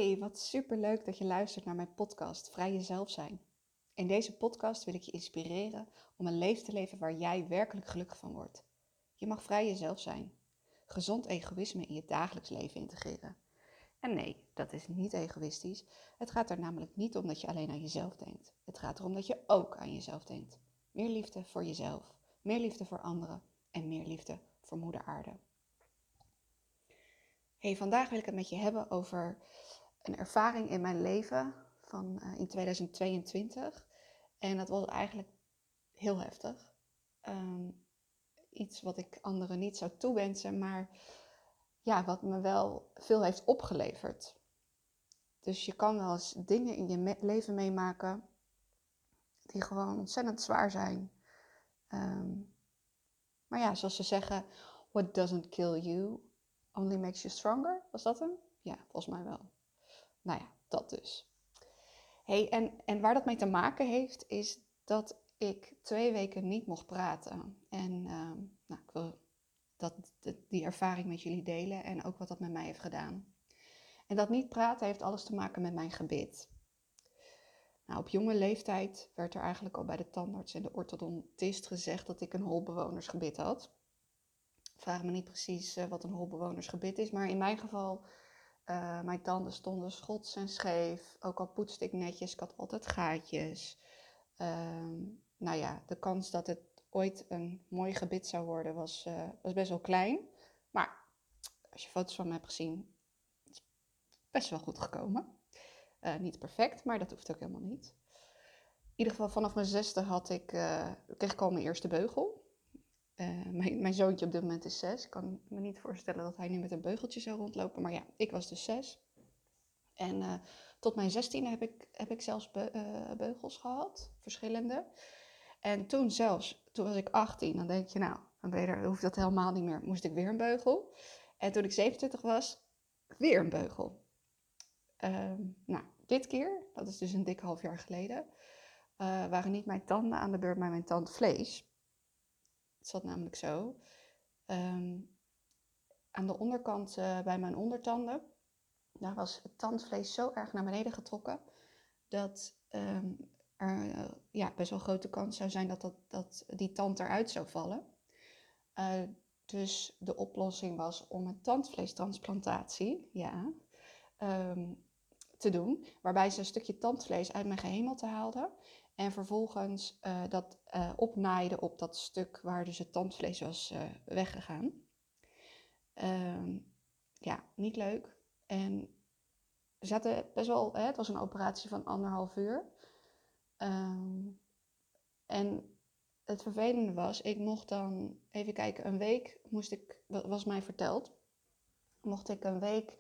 Hey, wat superleuk dat je luistert naar mijn podcast Vrij Jezelf Zijn. In deze podcast wil ik je inspireren om een leven te leven waar jij werkelijk gelukkig van wordt. Je mag vrij jezelf zijn. Gezond egoïsme in je dagelijks leven integreren. En nee, dat is niet egoïstisch. Het gaat er namelijk niet om dat je alleen aan jezelf denkt. Het gaat erom dat je ook aan jezelf denkt. Meer liefde voor jezelf, meer liefde voor anderen en meer liefde voor Moeder Aarde. Hey, vandaag wil ik het met je hebben over een ervaring in mijn leven van in 2022. En dat was eigenlijk heel heftig. Iets wat ik anderen niet zou toewensen, maar ja, wat me wel veel heeft opgeleverd. Dus je kan wel eens dingen in je leven meemaken die gewoon ontzettend zwaar zijn. Maar ja, zoals ze zeggen, what doesn't kill you only makes you stronger. Was dat hem? Ja, volgens mij wel. Nou ja, dat dus. Hey, en waar dat mee te maken heeft, is dat ik 2 weken niet mocht praten. En nou, ik wil die ervaring met jullie delen en ook wat dat met mij heeft gedaan. En dat niet praten heeft alles te maken met mijn gebit. Nou, op jonge leeftijd werd er eigenlijk al bij de tandarts en de orthodontist gezegd dat ik een holbewonersgebit had. Vraag me niet precies wat een holbewonersgebit is, maar in mijn geval, mijn tanden stonden schots en scheef. Ook al poetste ik netjes, ik had altijd gaatjes. Nou ja, de kans dat het ooit een mooi gebit zou worden was best wel klein. Maar als je foto's van me hebt gezien, is het best wel goed gekomen. Niet perfect, maar dat hoeft ook helemaal niet. In ieder geval vanaf mijn 6e kreeg ik al mijn eerste beugel. Mijn zoontje op dit moment is 6. Ik kan me niet voorstellen dat hij nu met een beugeltje zou rondlopen. Maar ja, ik was dus 6. En tot mijn 16e heb ik zelfs beugels gehad. Verschillende. En toen was ik 18. Dan denk je, nou, dan hoeft dat helemaal niet meer. Moest ik weer een beugel. En toen ik 27 was, weer een beugel. Nou, dit keer, dat is dus een dik half jaar geleden, waren niet mijn tanden aan de beurt, maar mijn tandvlees. Het zat namelijk zo. Aan de onderkant bij mijn ondertanden, daar was het tandvlees zo erg naar beneden getrokken dat er best wel grote kans zou zijn dat die tand eruit zou vallen. Dus de oplossing was om een tandvleestransplantatie te doen, waarbij ze een stukje tandvlees uit mijn gehemelte haalden en vervolgens dat opnaaiden op dat stuk waar dus het tandvlees was weggegaan. Ja, niet leuk. En we zaten best wel, het was een operatie van 1,5 uur. En het vervelende was, ik mocht dan, even kijken, een week was mij verteld, mocht ik een week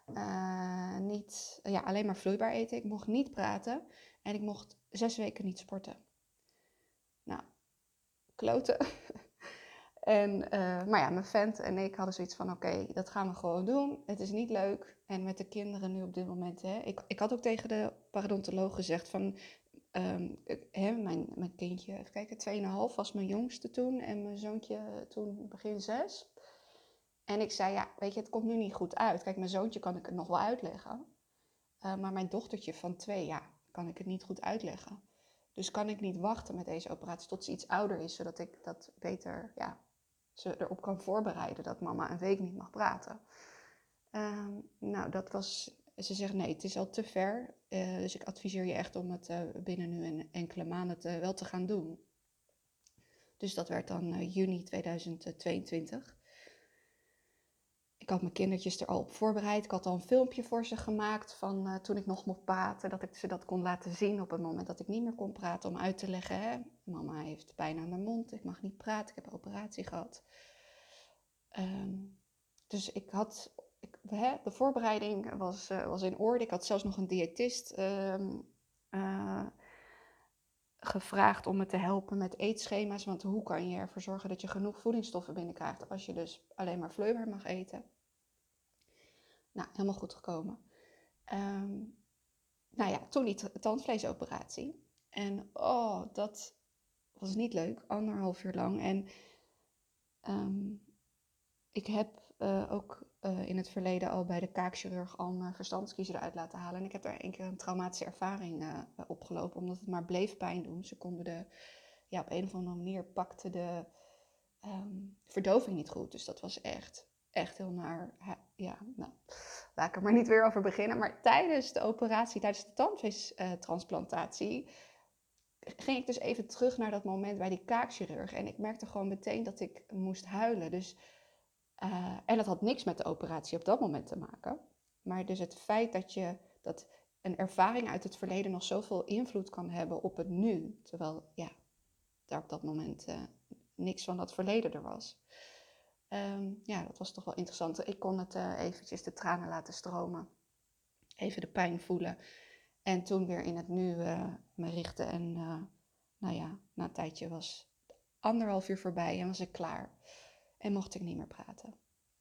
alleen maar vloeibaar eten. Ik mocht niet praten en ik mocht 6 weken niet sporten. Nou, kloten. Maar ja, mijn vent en ik hadden zoiets van, oké, dat gaan we gewoon doen. Het is niet leuk. En met de kinderen nu op dit moment, ik had ook tegen de parodontoloog gezegd van, mijn kindje, even kijken, 2,5 was mijn jongste toen en mijn zoontje toen begin 6. En ik zei, ja, weet je, het komt nu niet goed uit. Kijk, mijn zoontje kan ik het nog wel uitleggen. Maar mijn dochtertje van 2, ja, kan ik het niet goed uitleggen. Dus kan ik niet wachten met deze operatie tot ze iets ouder is, zodat ik dat beter, ze erop kan voorbereiden dat mama een week niet mag praten. Nou, ze zegt nee, het is al te ver. Dus ik adviseer je echt om het binnen nu en enkele maanden wel te gaan doen. Dus dat werd dan juni 2022. Ik had mijn kindertjes er al op voorbereid. Ik had al een filmpje voor ze gemaakt van toen ik nog mocht praten. Dat ik ze dat kon laten zien op het moment dat ik niet meer kon praten. Om uit te leggen, hè, mama heeft pijn aan mijn mond. Ik mag niet praten. Ik heb een operatie gehad. Dus de voorbereiding was in orde. Ik had zelfs nog een diëtist gevraagd om me te helpen met eetschema's. Want hoe kan je ervoor zorgen dat je genoeg voedingsstoffen binnenkrijgt als je dus alleen maar vloeibaar mag eten? Nou, helemaal goed gekomen. Nou ja, toen die tandvleesoperatie. En dat was niet leuk. 1,5 uur lang. En ik heb ook in het verleden al bij de kaakchirurg al mijn verstandskiezer eruit laten halen. En ik heb daar 1 keer een traumatische ervaring opgelopen, omdat het maar bleef pijn doen. Ze konden op een of andere manier pakte de verdoving niet goed. Dus dat was echt heel naar. Nou, laat ik er maar niet weer over beginnen. Maar tijdens de operatie, tijdens de tandvleestransplantatie, ging ik dus even terug naar dat moment bij die kaakchirurg. En ik merkte gewoon meteen dat ik moest huilen. Dus, en dat had niks met de operatie op dat moment te maken. Maar dus het feit dat een ervaring uit het verleden nog zoveel invloed kan hebben op het nu. Terwijl daar op dat moment niks van dat verleden er was. Dat was toch wel interessant. Ik kon het eventjes de tranen laten stromen. Even de pijn voelen. En toen weer in het nu me richten. En na een tijdje was 1,5 uur voorbij en was ik klaar. En mocht ik niet meer praten.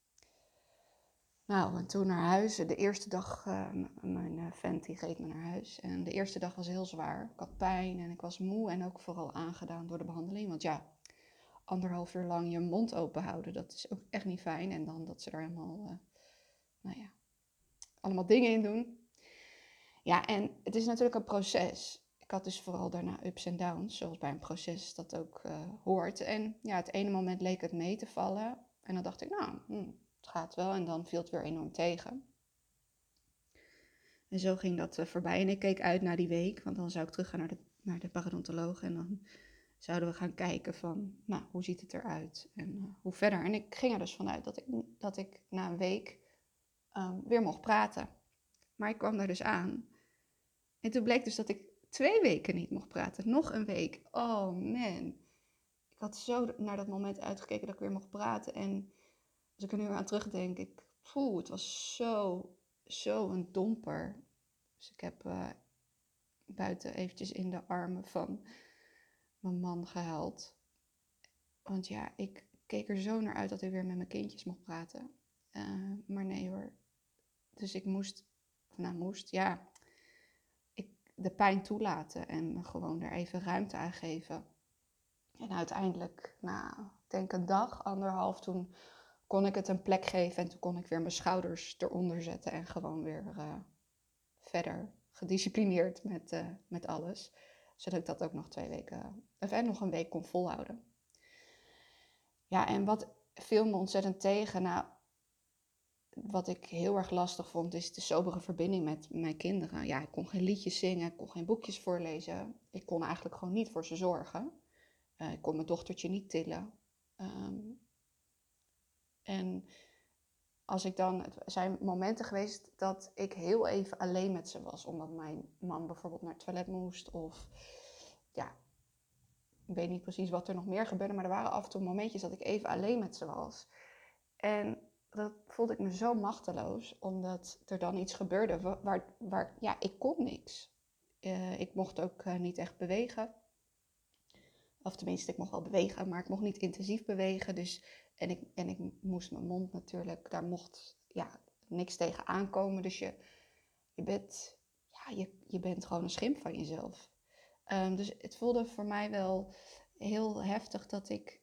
Nou, en toen naar huis. De eerste dag, mijn vent die reed me naar huis. En de eerste dag was heel zwaar. Ik had pijn en ik was moe en ook vooral aangedaan door de behandeling. Want 1,5 uur lang je mond open houden, dat is ook echt niet fijn. En dan dat ze er helemaal, allemaal dingen in doen. Ja, en het is natuurlijk een proces. Ik had dus vooral daarna ups en downs, zoals bij een proces dat ook hoort. En het ene moment leek het mee te vallen. En dan dacht ik, het gaat wel. En dan viel het weer enorm tegen. En zo ging dat voorbij. En ik keek uit naar die week, want dan zou ik terug gaan naar de parodontoloog. En dan zouden we gaan kijken van, hoe ziet het eruit en hoe verder. En ik ging er dus vanuit dat ik na een week weer mocht praten. Maar ik kwam daar dus aan. En toen bleek dus dat ik 2 weken niet mocht praten. Nog een week. Oh man. Ik had zo naar dat moment uitgekeken dat ik weer mocht praten. En als ik er nu aan terugdenk, het was zo een domper. Dus ik heb buiten eventjes in de armen van mijn man gehuild. Want ik keek er zo naar uit dat ik weer met mijn kindjes mocht praten. Maar nee hoor. Dus ik moest, de pijn toelaten en me gewoon er even ruimte aan geven. En uiteindelijk, ik denk een dag, 1,5, toen kon ik het een plek geven. En toen kon ik weer mijn schouders eronder zetten en gewoon weer verder gedisciplineerd met alles. Zodat ik dat ook nog 2 weken, nog een week kon volhouden. Ja, en wat viel me ontzettend tegen? Wat ik heel erg lastig vond, is de sobere verbinding met mijn kinderen. Ik kon geen liedjes zingen, ik kon geen boekjes voorlezen. Ik kon eigenlijk gewoon niet voor ze zorgen. Ik kon mijn dochtertje niet tillen. En er zijn momenten geweest dat ik heel even alleen met ze was. Omdat mijn man bijvoorbeeld naar het toilet moest. Of ik weet niet precies wat er nog meer gebeurde. Maar er waren af en toe momentjes dat ik even alleen met ze was. En dat voelde ik me zo machteloos. Omdat er dan iets gebeurde waar ik kon niks. Ik mocht ook niet echt bewegen. Of tenminste, ik mocht wel bewegen, maar ik mocht niet intensief bewegen. Dus, en ik moest mijn mond natuurlijk, daar mocht niks tegen aankomen. Dus je bent gewoon een schimp van jezelf. Dus het voelde voor mij wel heel heftig dat ik,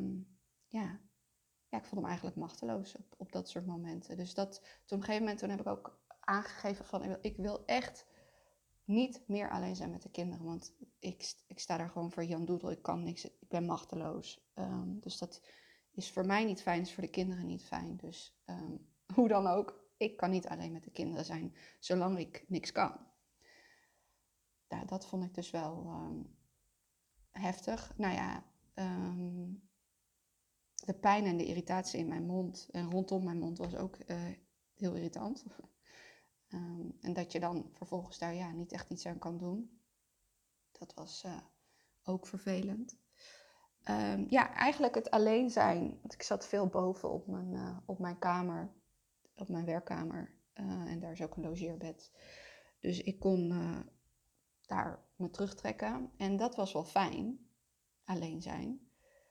ik vond hem eigenlijk machteloos op dat soort momenten. Dus toen op een gegeven moment heb ik ook aangegeven van, ik wil echt niet meer alleen zijn met de kinderen, want ik sta daar gewoon voor Jan Doedel. Ik kan niks, ik ben machteloos. Dus dat is voor mij niet fijn, is voor de kinderen niet fijn. Dus hoe dan ook, ik kan niet alleen met de kinderen zijn, zolang ik niks kan. Dat vond ik dus wel heftig. De pijn en de irritatie in mijn mond en rondom mijn mond was ook heel irritant. En dat je dan vervolgens daar niet echt iets aan kan doen. Dat was ook vervelend. Eigenlijk het alleen zijn. Want ik zat veel boven op mijn kamer, op mijn werkkamer. En daar is ook een logeerbed. Dus ik kon daar me terugtrekken. En dat was wel fijn, alleen zijn.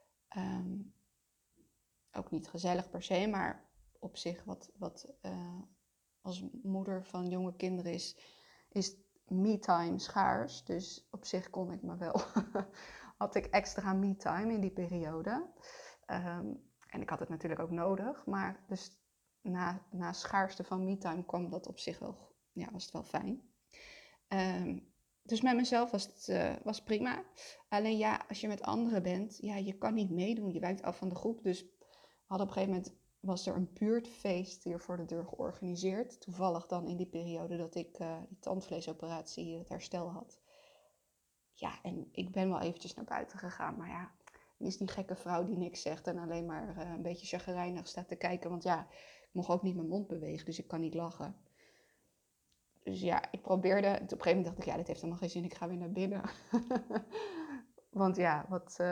Ook niet gezellig per se, maar op zich wat als moeder van jonge kinderen is me-time schaars. Dus op zich kon ik me wel, had ik extra me-time in die periode. En ik had het natuurlijk ook nodig, maar dus na schaarste van me-time kwam dat op zich wel, ja, was het wel fijn. Dus met mezelf was prima. Alleen ja, als je met anderen bent, ja, je kan niet meedoen. Je wijkt af van de groep. Dus we hadden op een gegeven moment, was er een buurtfeest hier voor de deur georganiseerd. Toevallig dan in die periode dat ik die tandvleesoperatie, het herstel had. Ja, en ik ben wel eventjes naar buiten gegaan. Maar ja, wie is die gekke vrouw die niks zegt en alleen maar een beetje chagrijnig staat te kijken. Want ja, ik mocht ook niet mijn mond bewegen, dus ik kan niet lachen. Dus ja, ik probeerde. Op een gegeven moment dacht ik, ja, dit heeft helemaal geen zin. Ik ga weer naar binnen. Want ja,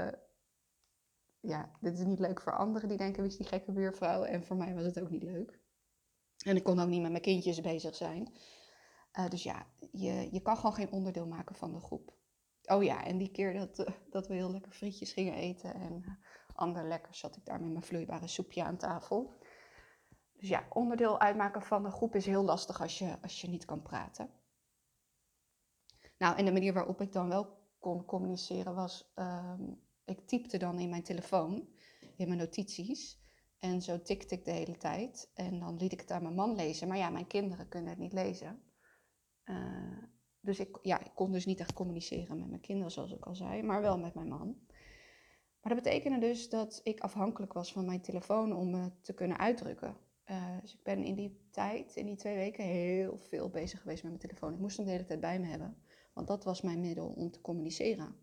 dit is niet leuk voor anderen die denken, wie is die gekke buurvrouw? En voor mij was het ook niet leuk. En ik kon ook niet met mijn kindjes bezig zijn. Dus ja, je kan gewoon geen onderdeel maken van de groep. Oh ja, en die keer dat we heel lekker frietjes gingen eten en ander lekker zat ik daar met mijn vloeibare soepje aan tafel. Dus ja, onderdeel uitmaken van de groep is heel lastig als je niet kan praten. Nou, en de manier waarop ik dan wel kon communiceren was, ik typte dan in mijn telefoon, in mijn notities. En zo tikte ik de hele tijd. En dan liet ik het aan mijn man lezen. Maar ja, mijn kinderen kunnen het niet lezen. Dus ik kon dus niet echt communiceren met mijn kinderen, zoals ik al zei. Maar wel met mijn man. Maar dat betekende dus dat ik afhankelijk was van mijn telefoon om me te kunnen uitdrukken. Dus ik ben in die tijd, in die 2 weken, heel veel bezig geweest met mijn telefoon. Ik moest hem de hele tijd bij me hebben. Want dat was mijn middel om te communiceren.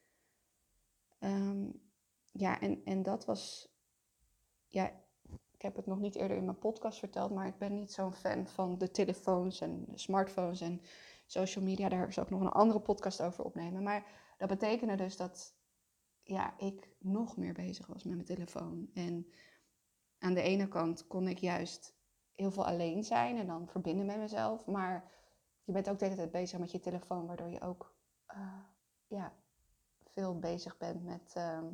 En dat was... Ja, ik heb het nog niet eerder in mijn podcast verteld, maar ik ben niet zo'n fan van de telefoons en de smartphones en social media. Daar zal ik nog een andere podcast over opnemen. Maar dat betekende dus dat ik nog meer bezig was met mijn telefoon. En aan de ene kant kon ik juist heel veel alleen zijn en dan verbinden met mezelf. Maar je bent ook de hele tijd bezig met je telefoon, waardoor je ook veel bezig bent met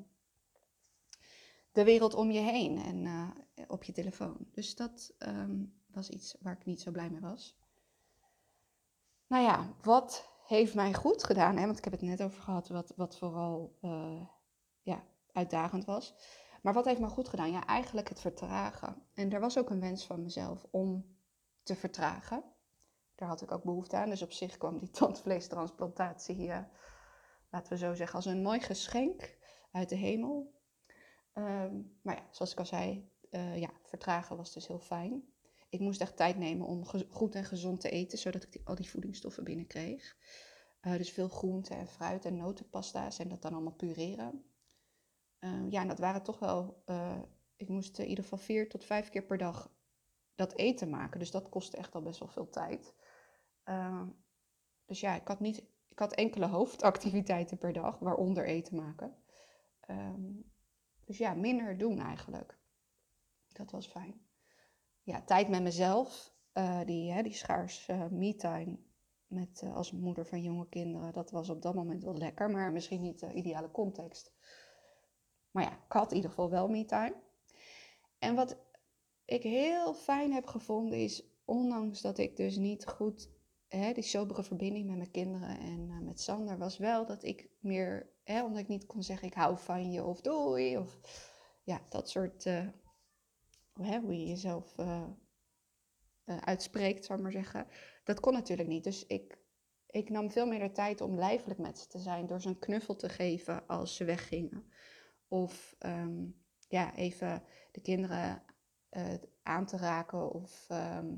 de wereld om je heen en op je telefoon. Dus dat was iets waar ik niet zo blij mee was. Nou ja, wat heeft mij goed gedaan? Hè? Want ik heb het net over gehad wat vooral uitdagend was. Maar wat heeft me goed gedaan? Ja, eigenlijk het vertragen. En er was ook een wens van mezelf om te vertragen. Daar had ik ook behoefte aan. Dus op zich kwam die tandvleestransplantatie, laten we zo zeggen, als een mooi geschenk uit de hemel. Maar ja, zoals ik al zei, vertragen was dus heel fijn. Ik moest echt tijd nemen om goed en gezond te eten, zodat ik al die voedingsstoffen binnenkreeg. Dus veel groente en fruit en notenpasta's en dat dan allemaal pureren. En dat waren toch wel... ik moest in ieder geval 4 tot 5 keer per dag dat eten maken. Dus dat kostte echt al best wel veel tijd. Dus ja, ik had enkele hoofdactiviteiten per dag, waaronder eten maken. Dus ja, minder doen eigenlijk. Dat was fijn. Ja, tijd met mezelf. Die schaars me-time met als moeder van jonge kinderen. Dat was op dat moment wel lekker, maar misschien niet de ideale context. Maar ja, ik had in ieder geval wel me-time. En wat ik heel fijn heb gevonden is, ondanks dat ik dus niet goed... die sobere verbinding met mijn kinderen en met Sander was wel dat ik meer... omdat ik niet kon zeggen ik hou van je of doei. Of ja, dat soort... hoe je jezelf uitspreekt, zou ik maar zeggen. Dat kon natuurlijk niet. Dus ik nam veel meer de tijd om lijfelijk met ze te zijn. Door ze een knuffel te geven als ze weggingen. Of even de kinderen aan te raken. Of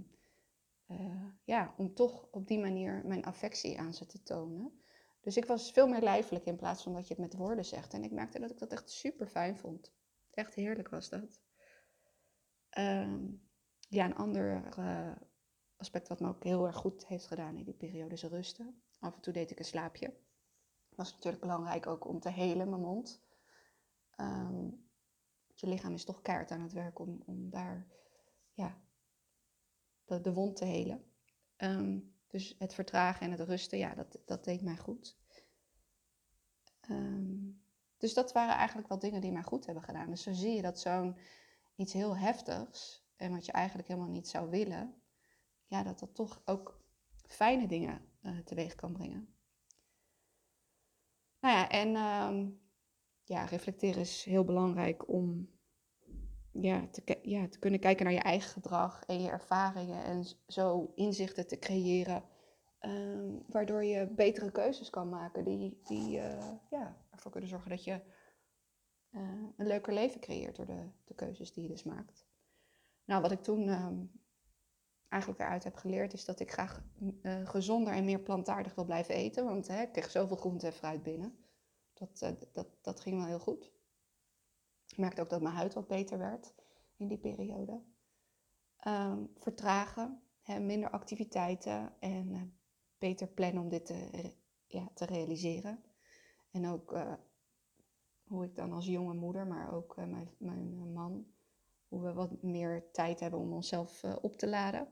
om toch op die manier mijn affectie aan ze te tonen. Dus ik was veel meer lijfelijk in plaats van dat je het met woorden zegt. En ik merkte dat ik dat echt super fijn vond. Echt heerlijk was dat. Een ander aspect wat me ook heel erg goed heeft gedaan in die periode is rusten. Af en toe deed ik een slaapje. Dat was natuurlijk belangrijk ook om te helen, mijn mond. Je lichaam is toch keihard aan het werk om daar de wond te helen. Dus het vertragen en het rusten, dat deed mij goed. Dus dat waren eigenlijk wel dingen die mij goed hebben gedaan. Dus zo zie je dat iets heel heftigs en wat je eigenlijk helemaal niet zou willen, dat toch ook fijne dingen teweeg kan brengen. Nou ja, en reflecteren is heel belangrijk om te kunnen kijken naar je eigen gedrag en je ervaringen en zo inzichten te creëren, waardoor je betere keuzes kan maken die ervoor kunnen zorgen dat je een leuker leven creëert door de keuzes die je dus maakt. Nou, wat ik toen eigenlijk daaruit heb geleerd is dat ik graag gezonder en meer plantaardig wil blijven eten, want ik kreeg zoveel groente en fruit binnen. Dat ging wel heel goed. Ik merkte ook dat mijn huid wat beter werd in die periode. Vertragen, minder activiteiten en beter plannen om dit te realiseren. En ook hoe ik dan als jonge moeder, maar ook mijn man, hoe we wat meer tijd hebben om onszelf op te laden.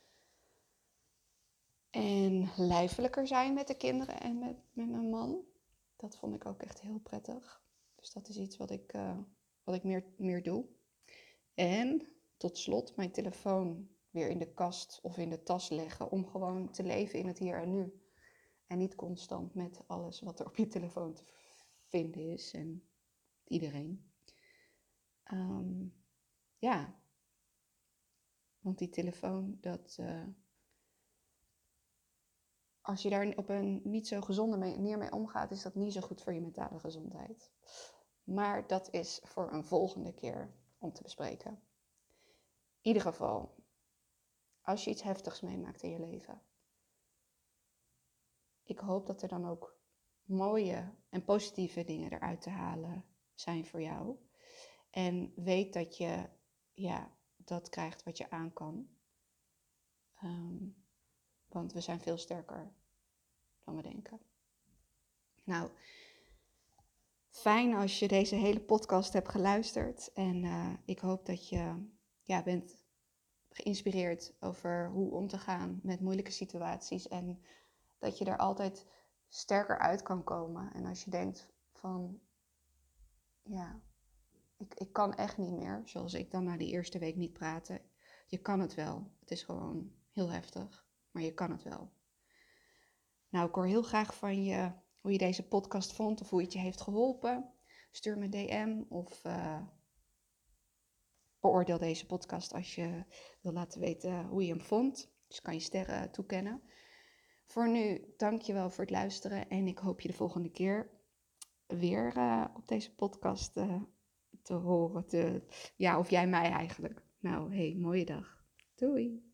En lijfelijker zijn met de kinderen en met mijn man. Dat vond ik ook echt heel prettig. Dus dat is iets wat ik meer doe. En tot slot mijn telefoon weer in de kast of in de tas leggen om gewoon te leven in het hier en nu. En niet constant met alles wat er op je telefoon te vinden is en iedereen. Want die telefoon, als je daar op een niet zo gezonde manier mee omgaat, is dat niet zo goed voor je mentale gezondheid. Maar dat is voor een volgende keer om te bespreken. In ieder geval, als je iets heftigs meemaakt in je leven, ik hoop dat er dan ook mooie en positieve dingen eruit te halen zijn voor jou. En weet dat je dat krijgt wat je aan kan. Want we zijn veel sterker dan we denken. Nou, fijn als je deze hele podcast hebt geluisterd. En ik hoop dat je bent geïnspireerd over hoe om te gaan met moeilijke situaties. En dat je er altijd sterker uit kan komen. En als je denkt van, ik kan echt niet meer. Zoals ik dan na die eerste week niet praten. Je kan het wel. Het is gewoon heel heftig. Maar je kan het wel. Nou, ik hoor heel graag van je hoe je deze podcast vond of hoe het je heeft geholpen. Stuur me een DM of beoordeel deze podcast als je wil laten weten hoe je hem vond. Dus kan je sterren toekennen. Voor nu, dankjewel voor het luisteren en ik hoop je de volgende keer weer op deze podcast te horen. Of jij mij eigenlijk. Nou, mooie dag. Doei!